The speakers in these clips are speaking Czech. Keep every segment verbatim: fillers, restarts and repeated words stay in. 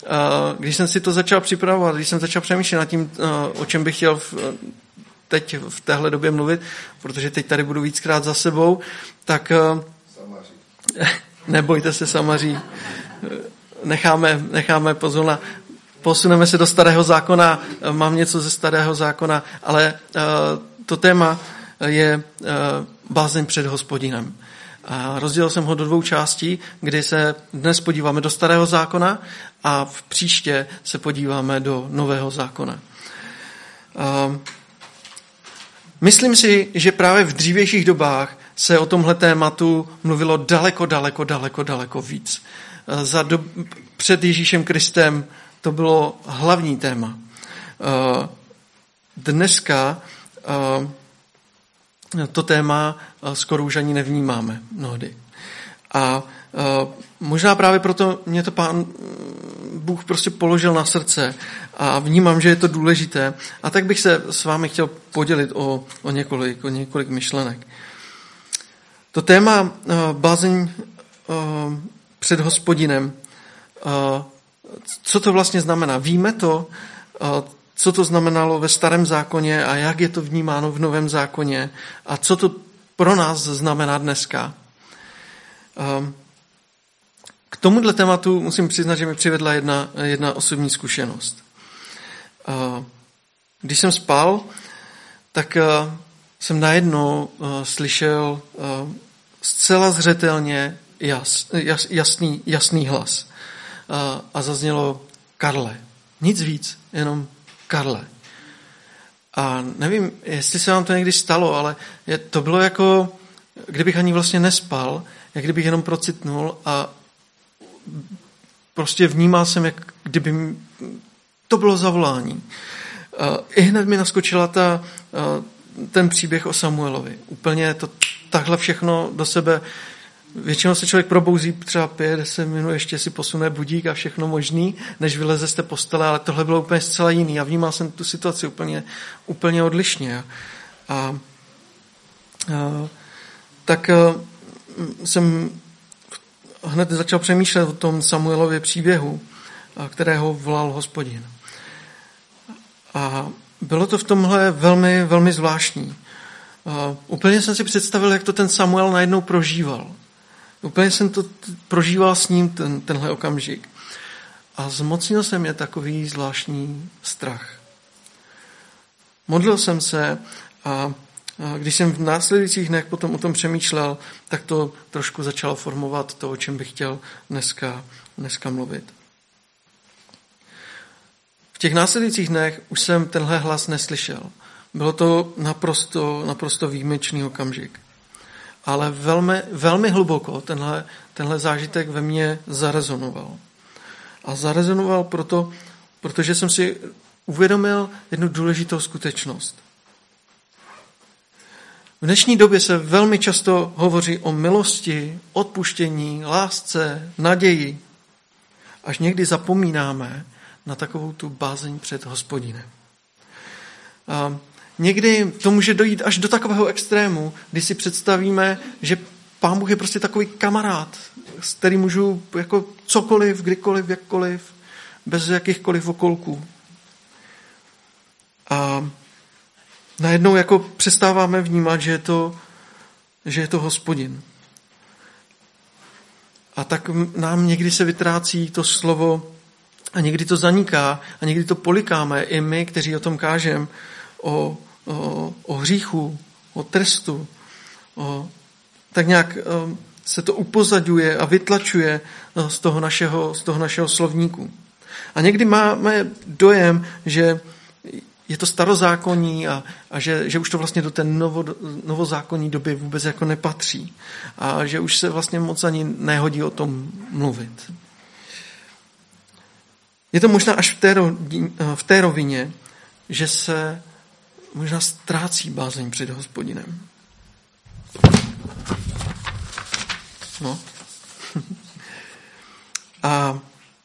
když jsem si to začal připravovat, když jsem začal přemýšlet nad tím, o čem bych chtěl v, teď v téhle době mluvit, protože teď tady budu víckrát za sebou, tak Samaří. Nebojte se, samaří. Necháme, necháme pozor na... Posuneme se do Starého zákona, mám něco ze Starého zákona, ale to téma je bázeň před Hospodinem. A rozdělil jsem ho do dvou částí, kdy se dnes podíváme do Starého zákona a v příště se podíváme do Nového zákona. Myslím si, že právě v dřívějších dobách se o tomhle tématu mluvilo daleko, daleko, daleko, daleko víc. Za dob- před Ježíšem Kristem to bylo hlavní téma. Dneska to téma skoro už ani nevnímáme mnohdy. A možná právě proto mě to Pán Bůh prostě položil na srdce a vnímám, že je to důležité. A tak bych se s vámi chtěl podělit o, o, několik, o několik myšlenek. To téma bázeň před Hospodinem, co to vlastně znamená? Víme to, co to znamenalo ve Starém zákoně a jak je to vnímáno v Novém zákoně a co to pro nás znamená dneska. K tomuhle tématu musím přiznat, že mi přivedla jedna, jedna osobní zkušenost. Když jsem spal, tak jsem najednou slyšel zcela zřetelně jas, jas, jasný, jasný hlas. A zaznělo Karle. Nic víc, jenom Karle. A nevím, jestli se vám to někdy stalo, ale to bylo jako, kdybych ani vlastně nespal, jak kdybych jenom procitnul a prostě vnímal jsem, jak kdyby to bylo zavolání. I hned mi naskočila ta, ten příběh o Samuelovi. Úplně to takhle všechno do sebe. Většinou se člověk probouzí třeba pět, deset minut, ještě si posune budík a všechno možný, než vyleze z té postele, ale tohle bylo úplně zcela jiný. Já vnímal jsem tu situaci úplně, úplně odlišně. A, a tak a, jsem hned začal přemýšlet o tom Samuelově příběhu, kterého volal Hospodin. A bylo to v tomhle velmi, velmi zvláštní. A úplně jsem si představil, jak to ten Samuel najednou prožíval. Úplně jsem to prožíval s ním ten, tenhle okamžik. A zmocnil se mě takový zvláštní strach. Modlil jsem se a když jsem v následujících dnech potom o tom přemýšlel, tak to trošku začalo formovat to, o čem bych chtěl dneska, dneska mluvit. V těch následujících dnech už jsem tenhle hlas neslyšel. Bylo to naprosto, naprosto výjimečný okamžik. Ale velmi, velmi hluboko tenhle, tenhle zážitek ve mně zarezonoval. A zarezonoval proto, protože jsem si uvědomil jednu důležitou skutečnost. V dnešní době se velmi často hovoří o milosti, odpuštění, lásce, naději. Až někdy zapomínáme na takovou tu bázeň před Hospodinem. A někdy to může dojít až do takového extrému, kdy si představíme, že Pán Bůh je prostě takový kamarád, s kterým můžu jako cokoliv, kdykoliv, jakkoliv, bez jakýchkoliv okolků. A najednou jako přestáváme vnímat, že je to, že je to Hospodin. A tak nám někdy se vytrácí to slovo a někdy to zaniká a někdy to polikáme i my, kteří o tom kážeme, o, o, o hříchu, o trestu. O, tak nějak o, se to upozaďuje a vytlačuje z toho našeho, z toho našeho slovníku. A někdy máme dojem, že je to starozákonní a, a že, že už to vlastně do té novo, novozákonní doby vůbec jako nepatří. A že už se vlastně moc ani nehodí o tom mluvit. Je to možná až v té, v té rovině, že se možná ztrácí bázeň před Hospodinem. No. A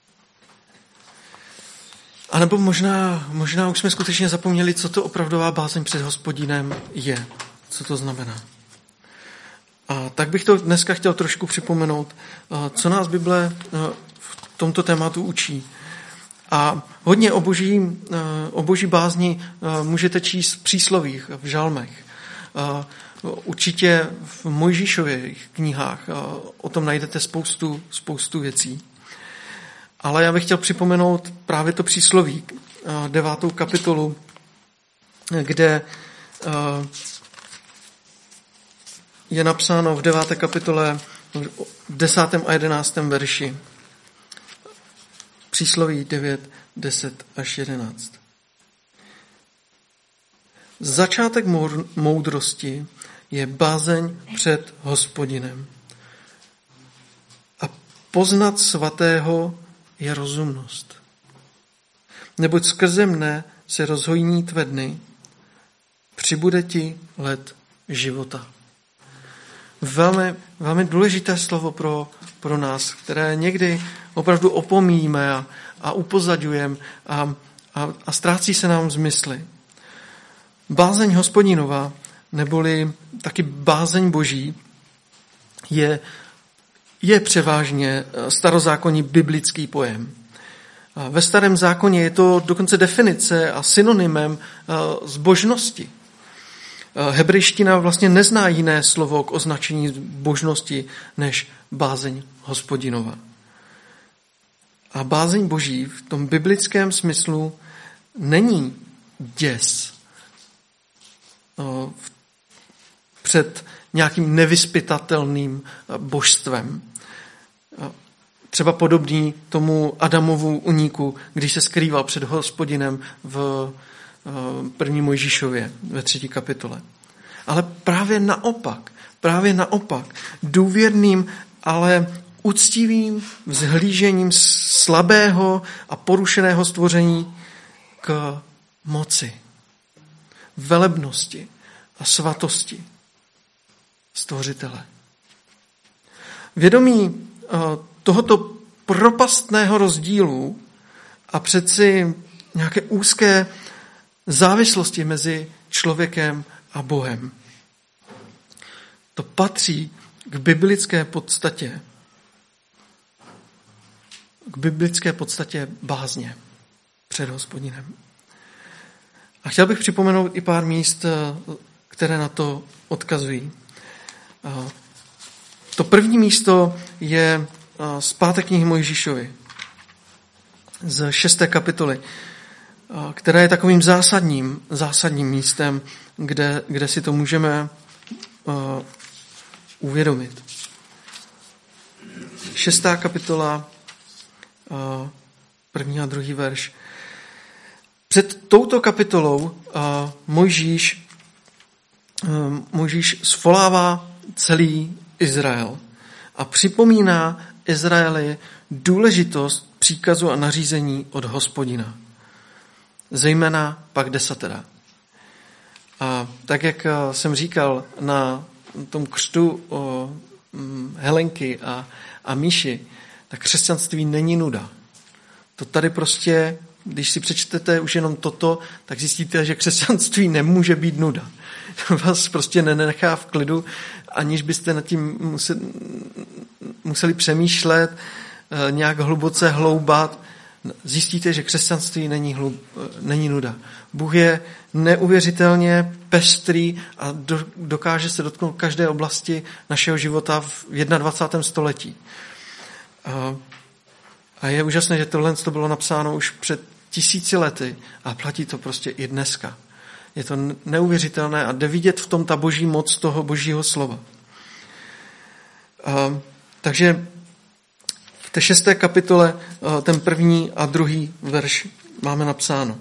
A nebo možná, možná už jsme skutečně zapomněli, co to opravdová bázeň před Hospodinem je. Co to znamená. A tak bych to dneska chtěl trošku připomenout, co nás Bible v tomto tématu učí. A hodně o boží, o boží bázni můžete číst v příslovích, v žalmech. Určitě v Mojžíšových knihách o tom najdete spoustu, spoustu věcí. Ale já bych chtěl připomenout právě to přísloví, devátou kapitolu, kde je napsáno v deváté kapitole v desátém a jedenáctém verši. Přísloví devět, deset až jedenáct. Začátek moudrosti je bázeň před Hospodinem. A poznat svatého je rozumnost. Neboť skrze mne se rozhojní tvé dny, přibude ti let života. Velmi, velmi důležité slovo pro, pro nás, které někdy opravdu opomíjíme a, a upozadňujeme a, a, a ztrácí se nám zmysly. Bázeň Hospodinová, neboli taky bázeň Boží, je, je převážně starozákonní biblický pojem. Ve Starém zákoně je to dokonce definice a synonymem zbožnosti. Hebrejština vlastně nezná jiné slovo k označení božnosti než bázeň Hospodinova. A bázeň Boží v tom biblickém smyslu není děs před nějakým nevyzpytatelným božstvem. Třeba podobný tomu Adamovu úniku, když se skrýval před Hospodinem v první Mojžíšově ve třetí kapitole. Ale právě naopak, právě naopak, důvěrným, ale uctivým vzhlížením slabého a porušeného stvoření k moci, velebnosti a svatosti stvořitele. Vědomí tohoto propastného rozdílu a přeci nějaké úzké závislosti mezi člověkem a Bohem. To patří k biblické podstatě. K biblické podstatě bázně před Hospodinem. A chtěl bych připomenout i pár míst, které na to odkazují. To první místo je z páté knihy Mojžíšovi, z šesté kapitoly, která je takovým zásadním, zásadním místem, kde, kde si to můžeme uh, uvědomit. Šestá kapitola, uh, první a druhý verš. Před touto kapitolou uh, Mojžíš, uh, Mojžíš svolává celý Izrael a připomíná Izraeli důležitost příkazu a nařízení od Hospodina. Zejména pak desatera. A tak, jak jsem říkal na tom křtu o Helenky a, a Míši, tak křesťanství není nuda. To tady prostě, když si přečtete už jenom toto, tak zjistíte, že křesťanství nemůže být nuda. Vás prostě nenechá v klidu, aniž byste nad tím museli, museli přemýšlet, nějak hluboce hloubat. Zjistíte, že křesťanství není, hlub, není nuda. Bůh je neuvěřitelně pestrý a do, dokáže se dotknout každé oblasti našeho života v dvacátém prvním století. A, a je úžasné, že tohle to bylo napsáno už před tisíci lety a platí to prostě i dneska. Je to neuvěřitelné a jde vidět v tom ta boží moc toho božího slova. A, takže v té šesté kapitole ten první a druhý verš máme napsáno.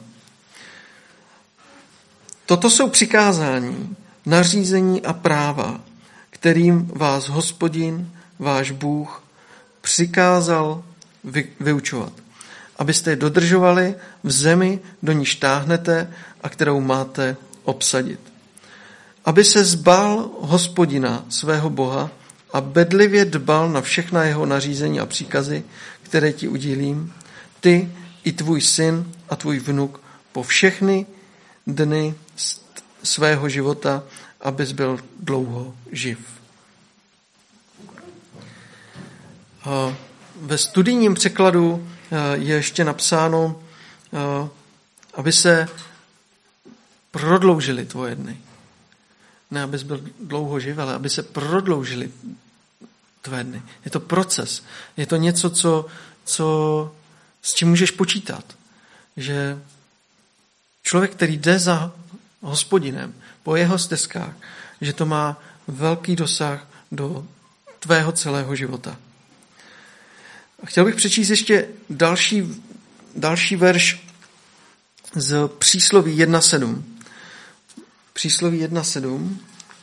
Toto jsou přikázání, nařízení a práva, kterým vás Hospodin, váš Bůh, přikázal vy, vyučovat, abyste je dodržovali v zemi, do níž táhnete a kterou máte obsadit. Aby se zbál Hospodina, svého Boha, a bedlivě dbal na všechna jeho nařízení a příkazy, které ti udílím, ty i tvůj syn a tvůj vnuk po všechny dny svého života, abys byl dlouho živ. A ve studijním překladu je ještě napsáno, aby se prodloužily tvoje dny. Ne, abys byl dlouho živ, ale aby se prodloužily tvé dny. Je to proces. Je to něco, co, co, s čím můžeš počítat. Že člověk, který jde za Hospodinem po jeho stezkách, že to má velký dosah do tvého celého života. A chtěl bych přečíst ještě další, další verš z Přísloví jedna sedm. Přísloví jedna sedm.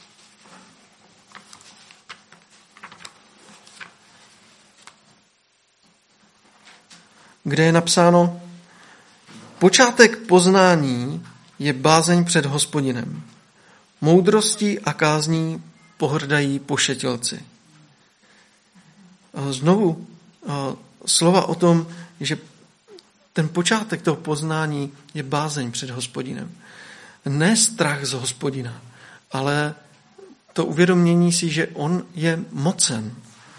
Kde je napsáno: počátek poznání je bázeň před Hospodinem. Moudrostí a kázní pohrdají pošetilci. A znovu a slova o tom, že ten počátek toho poznání je bázeň před Hospodinem. Ne strach z Hospodina, ale to uvědomění si, že on je mocen,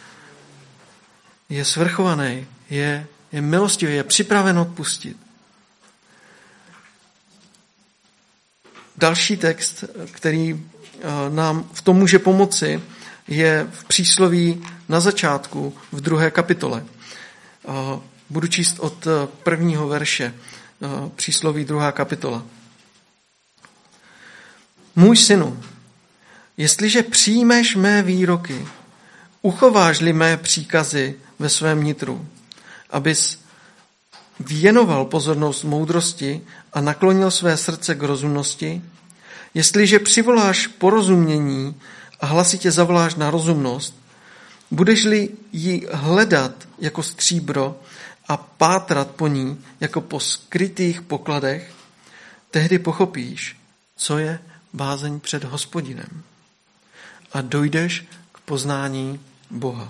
je svrchovaný, je, je milostivý, je připraven odpustit. Další text, který nám v tom může pomoci, je v Přísloví na začátku v druhé kapitole. Budu číst od prvního verše. Přísloví druhá kapitola. Můj synu, jestliže přijmeš mé výroky, uchováš-li mé příkazy ve svém nitru, abys věnoval pozornost moudrosti a naklonil své srdce k rozumnosti, jestliže přivoláš porozumění a hlasitě zavoláš na rozumnost, budeš-li ji hledat jako stříbro a pátrat po ní jako po skrytých pokladech, tehdy pochopíš, co je bázeň před Hospodinem a dojdeš k poznání Boha.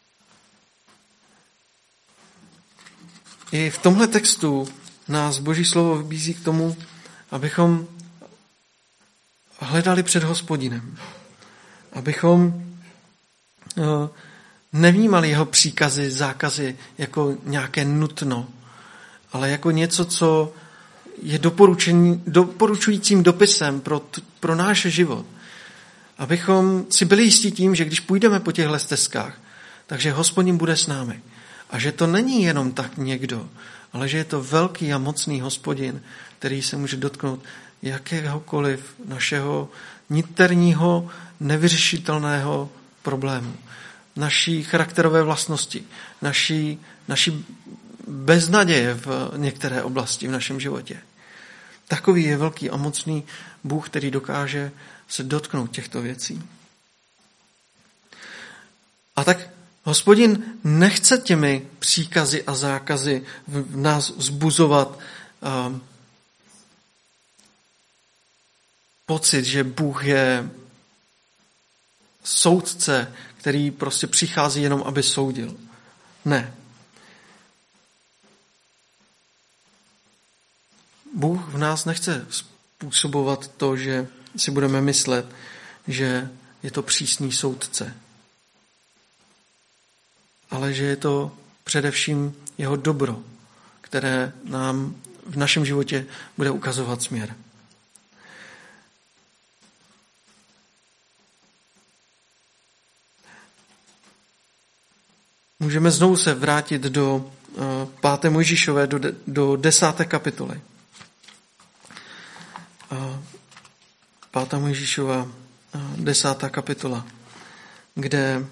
I v tomhle textu nás Boží slovo vybízí k tomu, abychom hledali před Hospodinem. Abychom nevnímali jeho příkazy, zákazy jako nějaké nutno, ale jako něco, co je doporučujícím dopisem pro, pro náš život. Abychom si byli jistí tím, že když půjdeme po těchto stezkách, takže Hospodin bude s námi. A že to není jenom tak někdo, ale že je to velký a mocný Hospodin, který se může dotknout jakéhokoliv našeho niterního, nevyřešitelného problému. Naší charakterové vlastnosti, naší, naší beznaděje v některé oblasti v našem životě. Takový je velký a mocný Bůh, který dokáže se dotknout těchto věcí. A tak Hospodin nechce těmi příkazy a zákazy v nás vzbuzovat um, pocit, že Bůh je soudce, který prostě přichází jenom, aby soudil. Ne. Bůh v nás nechce způsobovat to, že si budeme myslet, že je to přísný soudce. Ale že je to především jeho dobro, které nám v našem životě bude ukazovat směr. Můžeme znovu se vrátit do páté Mojžíšové, do, do desáté kapitoly. Pátá Mojžíšova, desátá kapitola, kde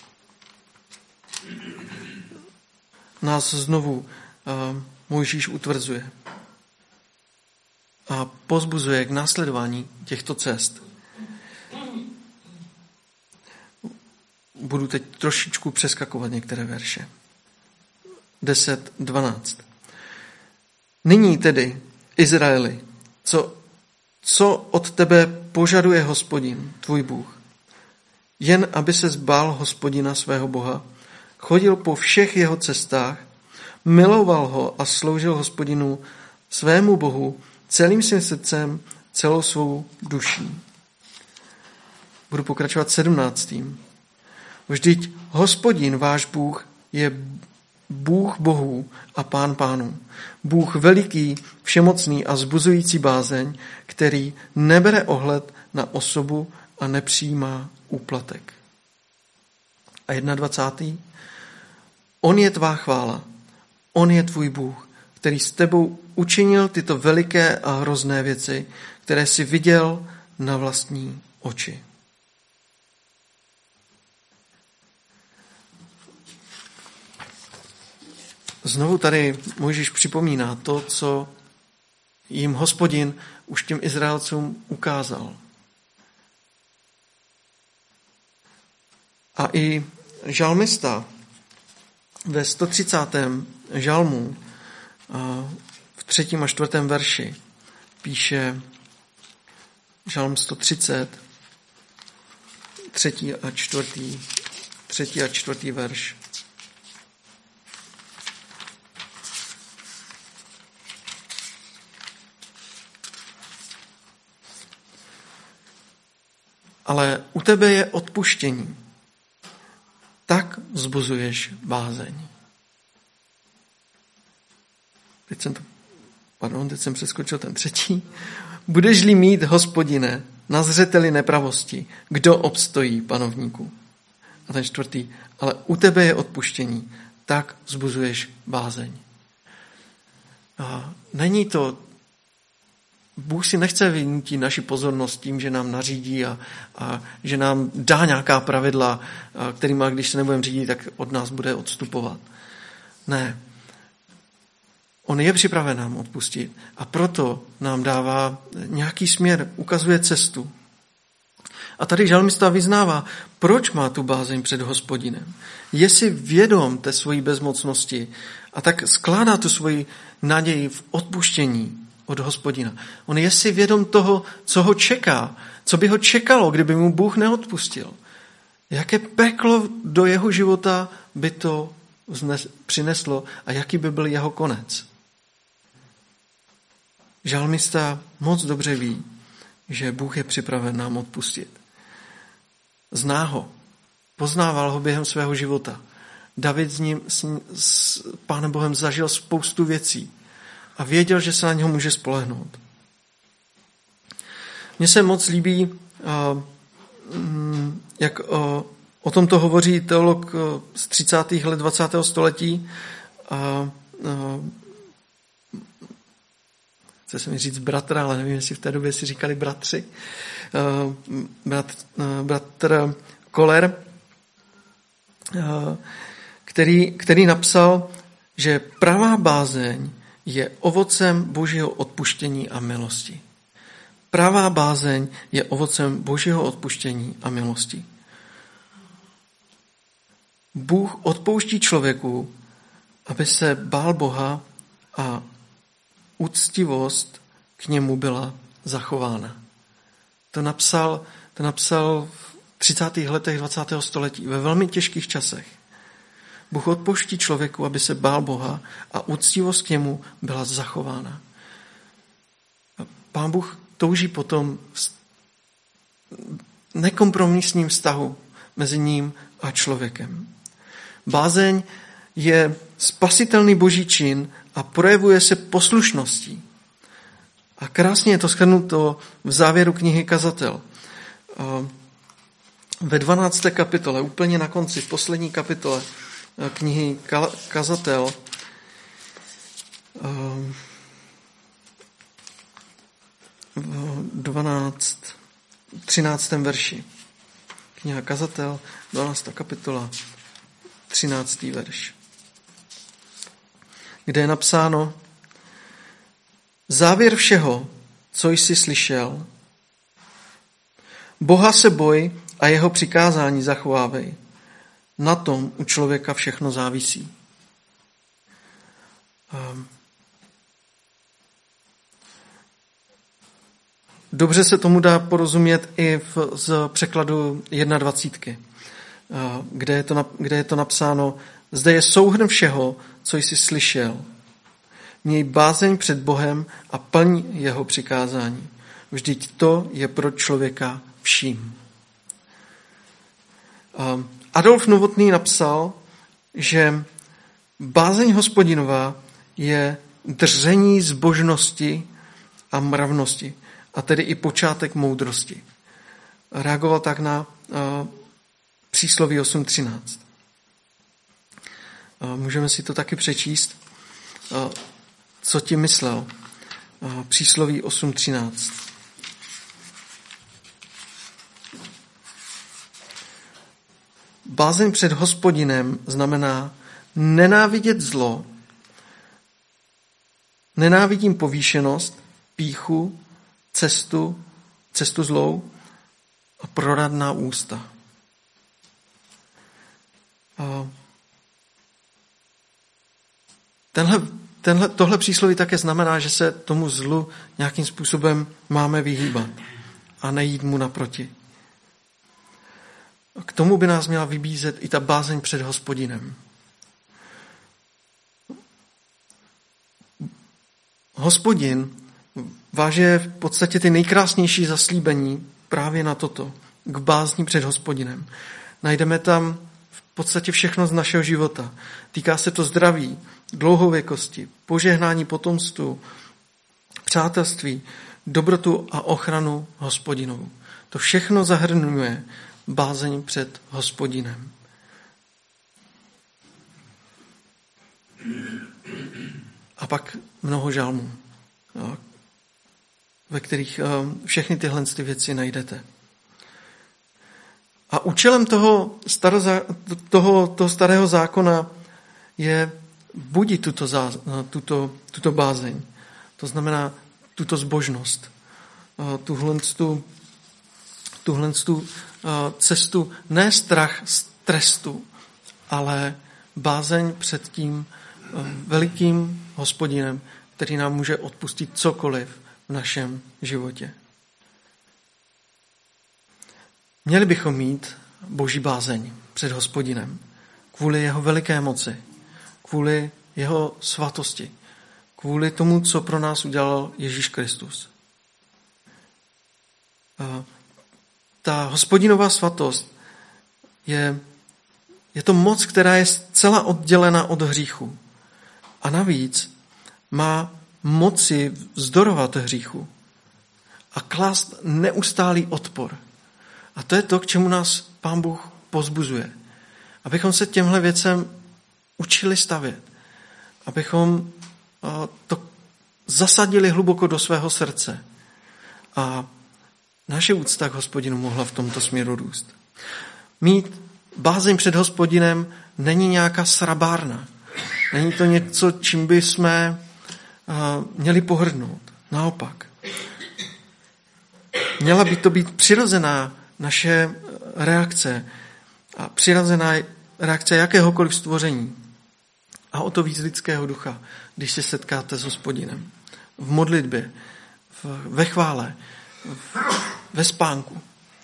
nás znovu Mojžíš utvrzuje a pozbuzuje k následování těchto cest. Budu teď trošičku přeskakovat některé verše. deset dvanáct. Nyní tedy, Izraeli, co, co od tebe požaduje Hospodin, tvůj Bůh? Jen aby se zbál Hospodina svého Boha, chodil po všech jeho cestách, miloval ho a sloužil Hospodinu svému Bohu celým svým srdcem, celou svou duší. Budu pokračovat sedmnáctým. Vždyť Hospodin, váš Bůh, je Bůh bohů a Pán pánů. Bůh veliký, všemocný a vzbuzující bázeň, který nebere ohled na osobu a nepřijímá úplatek. A dvacátý první On je tvá chvála. On je tvůj Bůh, který s tebou učinil tyto veliké a hrozné věci, které jsi viděl na vlastní oči. Znovu tady Mojžíš připomíná to, co jim Hospodin už těm Izraelcům ukázal. A i žalmista ve sto třicátém žalmu v třetím a čtvrtém verši píše žalm sto třicet, třetí a čtvrtý, třetí a čtvrtý verš. Ale u tebe je odpuštění. Tak vzbuzuješ bázeň. Teď jsem to, pardon, teď jsem přeskočil ten třetí. Budeš-li mít, Hospodine, na zřeteli nepravosti, kdo obstojí, panovníku? A ten čtvrtý, ale u tebe je odpuštění, tak vzbuzuješ bázeň. A není to, Bůh si nechce vynutit naši pozornost tím, že nám nařídí a, a že nám dá nějaká pravidla, kterými, když se nebudeme řídit, tak od nás bude odstupovat. Ne. On je připraven nám odpustit a proto nám dává nějaký směr, ukazuje cestu. A tady žalmista vyznává, proč má tu bázeň před Hospodinem. Je si vědom té svojí bezmocnosti a tak skládá tu svoji naději v odpuštění od Hospodina. On je si vědom toho, co ho čeká, co by ho čekalo, kdyby mu Bůh neodpustil. Jaké peklo do jeho života by to přineslo a jaký by byl jeho konec. Žalmista moc dobře ví, že Bůh je připraven nám odpustit. Zná ho, poznával ho během svého života. David s ním, s, s Pánem Bohem zažil spoustu věcí a věděl, že se na něho může spolehnout. Mně se moc líbí, jak o tomto hovoří teolog z třicátých let dvacátého století. Chce se mi říct bratra, ale nevím, jestli v té době si říkali bratři. Brat, bratr Koller, který, který napsal, že pravá bázeň je ovocem Božího odpuštění a milosti. Pravá bázeň je ovocem Božího odpuštění a milosti. Bůh odpouští člověku, aby se bál Boha a úctivost k němu byla zachována. To napsal, to napsal v třicátých letech dvacátého století, ve velmi těžkých časech. Bůh odpouští člověku, aby se bál Boha a úctivost k němu byla zachována. Pán Bůh touží potom nekompromisním vztahu mezi ním a člověkem. Bázeň je spasitelný boží čin a projevuje se poslušností. A krásně je to shrnuto v závěru knihy Kazatel. Ve dvanácté kapitole, úplně na konci, v poslední kapitole knihy Kazatel, v dvanáct, třináctém verši. Kniha Kazatel, dvanáctá kapitola, třináctý verš. Kde je napsáno: závěr všeho, co jsi slyšel, Boha se boj a jeho přikázání zachovávej. Na tom u člověka všechno závisí. Dobře se tomu dá porozumět i v, z překladu dvacítky jedna, kde je, to, kde je to napsáno: zde je souhrn všeho, co jsi slyšel. Měj bázeň před Bohem a plň jeho přikázání. Vždyť to je pro člověka vším. Adolf Novotný napsal, že Bázeň Hospodinová je držení zbožnosti a mravnosti, a tedy i počátek moudrosti. Reagoval tak na uh, přísloví osm třináct. Uh, můžeme si to taky přečíst, uh, co tím myslel. Uh, přísloví osm třináct. Bázeň před Hospodinem znamená nenávidět zlo, nenávidím povýšenost, pýchu, cestu, cestu zlou a proradná ústa. A tenhle, tenhle, tohle přísloví také znamená, že se tomu zlu nějakým způsobem máme vyhýbat a nejít mu naproti. K tomu by nás měla vybízet i ta bázeň před Hospodinem. Hospodin váže v podstatě ty nejkrásnější zaslíbení právě na toto, k bázni před Hospodinem. Najdeme tam v podstatě všechno z našeho života. Týká se to zdraví, dlouhověkosti, požehnání potomstvu, přátelství, dobrotu a ochranu Hospodinovu. To všechno zahrnuje bázeň před Hospodinem. A pak mnoho žalmů, ve kterých všechny tyhle věci najdete. A účelem toho, staroza, toho, toho starého zákona je budit tuto, zá, tuto, tuto bázeň. To znamená tuto zbožnost. Tuhle tu, tuhle tu cestu, ne strach z trestu, ale bázeň před tím velikým Hospodinem, který nám může odpustit cokoliv v našem životě. Měli bychom mít boží bázeň před Hospodinem kvůli jeho veliké moci, kvůli jeho svatosti, kvůli tomu, co pro nás udělal Ježíš Kristus. Ta Hospodinová svatost je, je to moc, která je zcela oddělena od hříchu. A navíc má moci vzdorovat hříchu a klást neustálý odpor. A to je to, k čemu nás Pán Bůh pozbuzuje. Abychom se těmhle věcem učili stavět. Abychom to zasadili hluboko do svého srdce. A naše úcta k Hospodinu mohla v tomto směru růst. Mít bázeň před Hospodinem není nějaká srabárna. Není to něco, čím by jsme měli pohrdnout. Naopak. Měla by to být přirozená naše reakce a přirozená reakce jakéhokoliv stvoření. A o to víc lidského ducha, když se setkáte s Hospodinem. V modlitbě, ve chvále, ve spánku.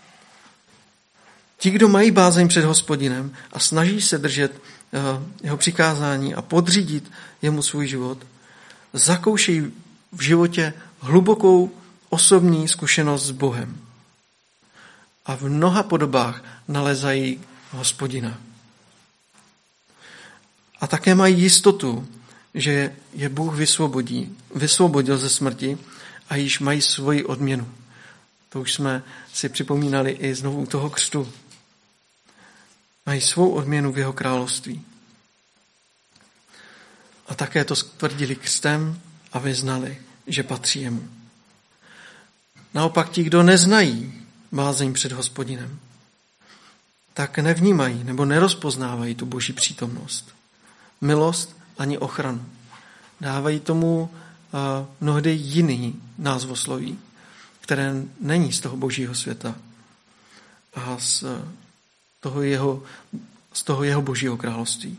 Ti, kdo mají bázeň před Hospodinem a snaží se držet jeho přikázání a podřídit jemu svůj život, zakoušejí v životě hlubokou osobní zkušenost s Bohem. A v mnoha podobách nalezají Hospodina. A také mají jistotu, že je Bůh vysvobodí, vysvobodil ze smrti a již mají svoji odměnu. To už jsme si připomínali i znovu u toho křtu. Mají svou odměnu v jeho království. A také to stvrdili křtem a vyznali, že patří jemu. Naopak ti, kdo neznají bázeň před Hospodinem, tak nevnímají nebo nerozpoznávají tu boží přítomnost, milost ani ochranu. Dávají tomu uh, mnohdy jiný názvosloví, které není z toho božího světa a z toho jeho, z toho jeho božího království.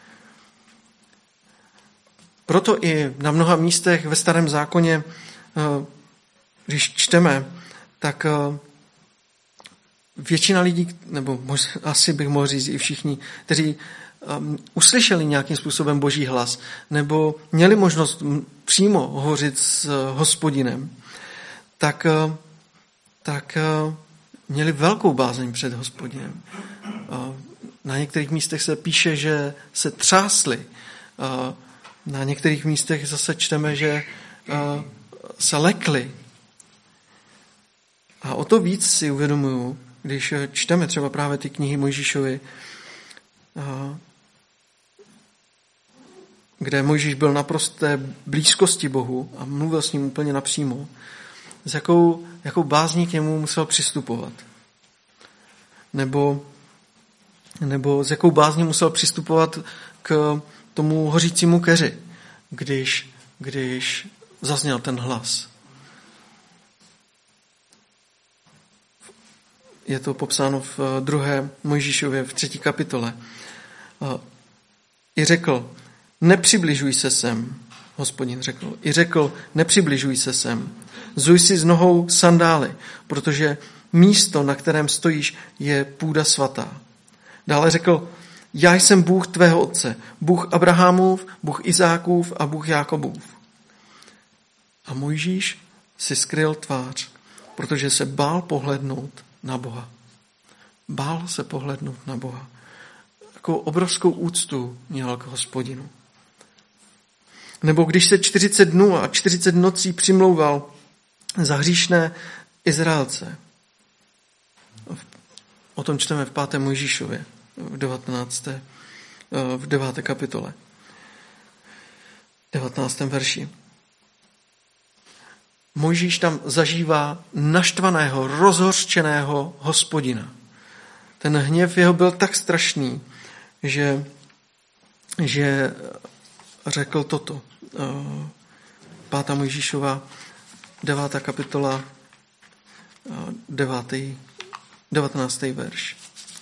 Proto i na mnoha místech ve Starém zákoně, když čteme, tak většina lidí, nebo asi bych mohl říct i všichni, kteří uslyšeli nějakým způsobem boží hlas, nebo měli možnost přímo hovořit s Hospodinem, tak, tak měli velkou bázeň před Hospodinem. Na některých místech se píše, že se třásli Na některých místech zase čteme, že se lekli. A o to víc si uvědomuju, když čteme třeba právě ty knihy Mojžíšovi, kde Mojžíš byl naprosté blízkosti Bohu a mluvil s ním úplně napřímo, s jakou, jakou bázní k němu musel přistupovat. Nebo, nebo s jakou bázní musel přistupovat k tomu hořícímu keři, když, když zazněl ten hlas. Je to popsáno v druhé Mojžíšově v třetí kapitole. I řekl, nepřibližuj se sem, Hospodin řekl. I řekl, nepřibližuj se sem. Zuj si z nohou sandály, protože místo, na kterém stojíš, je půda svatá. Dále řekl, já jsem Bůh tvého otce, Bůh Abrahamův, Bůh Izákův a Bůh Jákobův. A Mojžíš si skryl tvář, protože se bál pohlednout na Boha. Bál se pohlednout na Boha. Takovou obrovskou úctu měl k Hospodinu. Nebo když se čtyřicet dnů a čtyřicet nocí přimlouval za hříšné Izraelce. O tom čteme v páté Mojžíšově, v devatenácté v deváté kapitole, devatenáctém verši. Mojžíš tam zažívá naštvaného, rozhořčeného Hospodina. Ten hněv jeho byl tak strašný, že, že řekl toto. Pátá Mojžíšova, devátá kapitola, devátý, devatenáctý verš.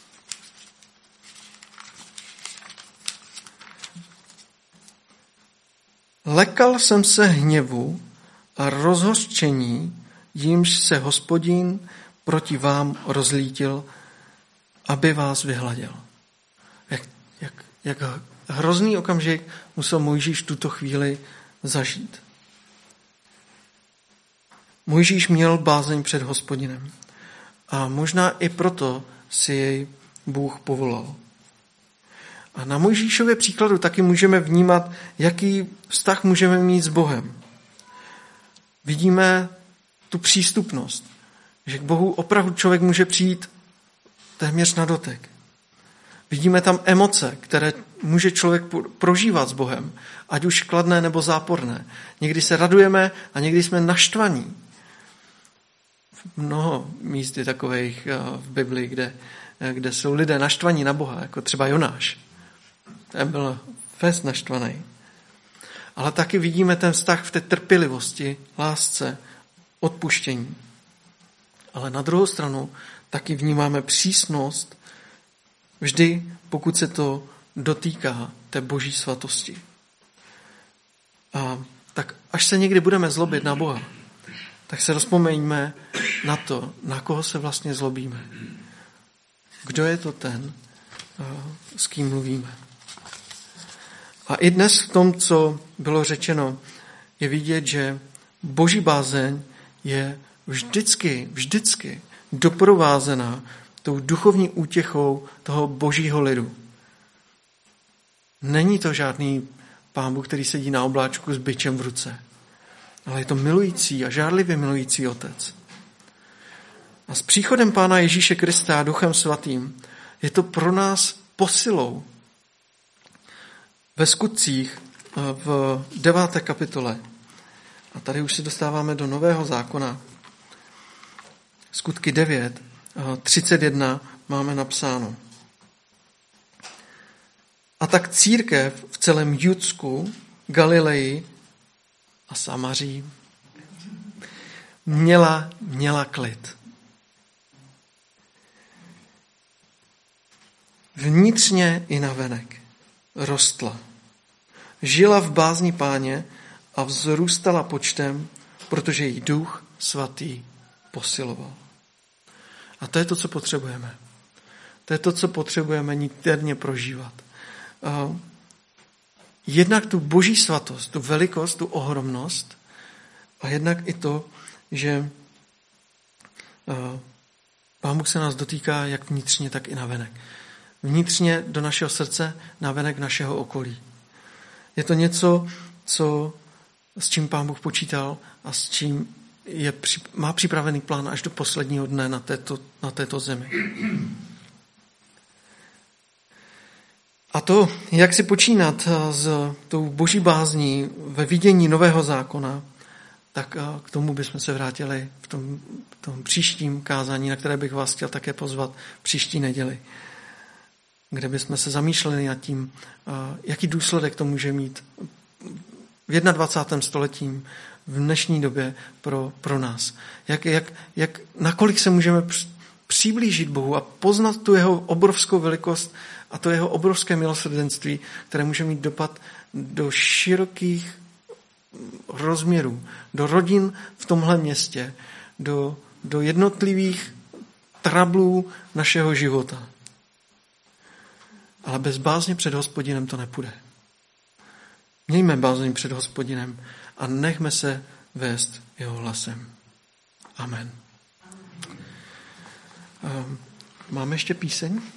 Lekal jsem se hněvu a rozhořčení, jímž se Hospodin proti vám rozlítil, aby vás vyhladil. Jak, jak, jak hrozný okamžik musel Mojžíš tuto chvíli zažít. Mojžíš měl bázeň před Hospodinem a možná i proto si jej Bůh povolal. A na Mojžíšově příkladu taky můžeme vnímat, jaký vztah můžeme mít s Bohem. Vidíme tu přístupnost, že k Bohu opravdu člověk může přijít téměř na dotek. Vidíme tam emoce, které může člověk prožívat s Bohem, ať už kladné nebo záporné. Někdy se radujeme a někdy jsme naštvaní. Mnoho míst je takových v Biblii, kde, kde jsou lidé naštvaní na Boha, jako třeba Jonáš. Ten byl fest naštvaný. Ale taky vidíme ten vztah v té trpělivosti, lásce, odpuštění. Ale na druhou stranu taky vnímáme přísnost vždy, pokud se to dotýká té boží svatosti. A tak až se někdy budeme zlobit na Boha, tak se rozpomeňme na to, na koho se vlastně zlobíme. Kdo je to ten, s kým mluvíme. A i dnes v tom, co bylo řečeno, je vidět, že boží bázeň je vždycky, vždycky doprovázená tou duchovní útěchou toho božího lidu. Není to žádný Pán Bůh, který sedí na obláčku s bičem v ruce, ale je to milující a žárlivě milující otec. A s příchodem Pána Ježíše Krista a Duchem Svatým je to pro nás posilou. Ve Skutcích v deváté kapitole, a tady už se dostáváme do Nového zákona, Skutky devět, třicet jedna máme napsáno. A tak církev v celém Judsku, Galileji a Samaří měla, měla klid. Vnitřně i navenek rostla. Žila v bázni Páně a vzrůstala počtem, protože jí Duch Svatý posiloval. A to je to, co potřebujeme. To je to, co potřebujeme niterně prožívat. Jednak tu boží svatost, tu velikost, tu ohromnost a jednak i to, že Pán Bůh se nás dotýká jak vnitřně, tak i navenek. Vnitřně do našeho srdce, navenek našeho okolí. Je to něco, co, s čím Pán Bůh počítal a s čím je, má připravený plán až do posledního dne na této, na této zemi. A to, jak si počínat s tou boží bázní ve vidění nového zákona, tak k tomu bychom se vrátili v tom, v tom příštím kázání, na které bych vás chtěl také pozvat příští neděli, kde bychom se zamýšleli nad tím, jaký důsledek to může mít v dvacátém prvním století, v dnešní době pro, pro nás. Jak, jak, jak, nakolik se můžeme přiblížit Bohu a poznat tu jeho obrovskou velikost a to jeho obrovské milosrdenství, které může mít dopad do širokých rozměrů, do rodin v tomhle městě, do, do jednotlivých trablů našeho života. Ale bez bázně před Hospodinem to nepůjde. Mějme bázeň před Hospodinem a nechme se vést jeho hlasem. Amen. Máme ještě píseň?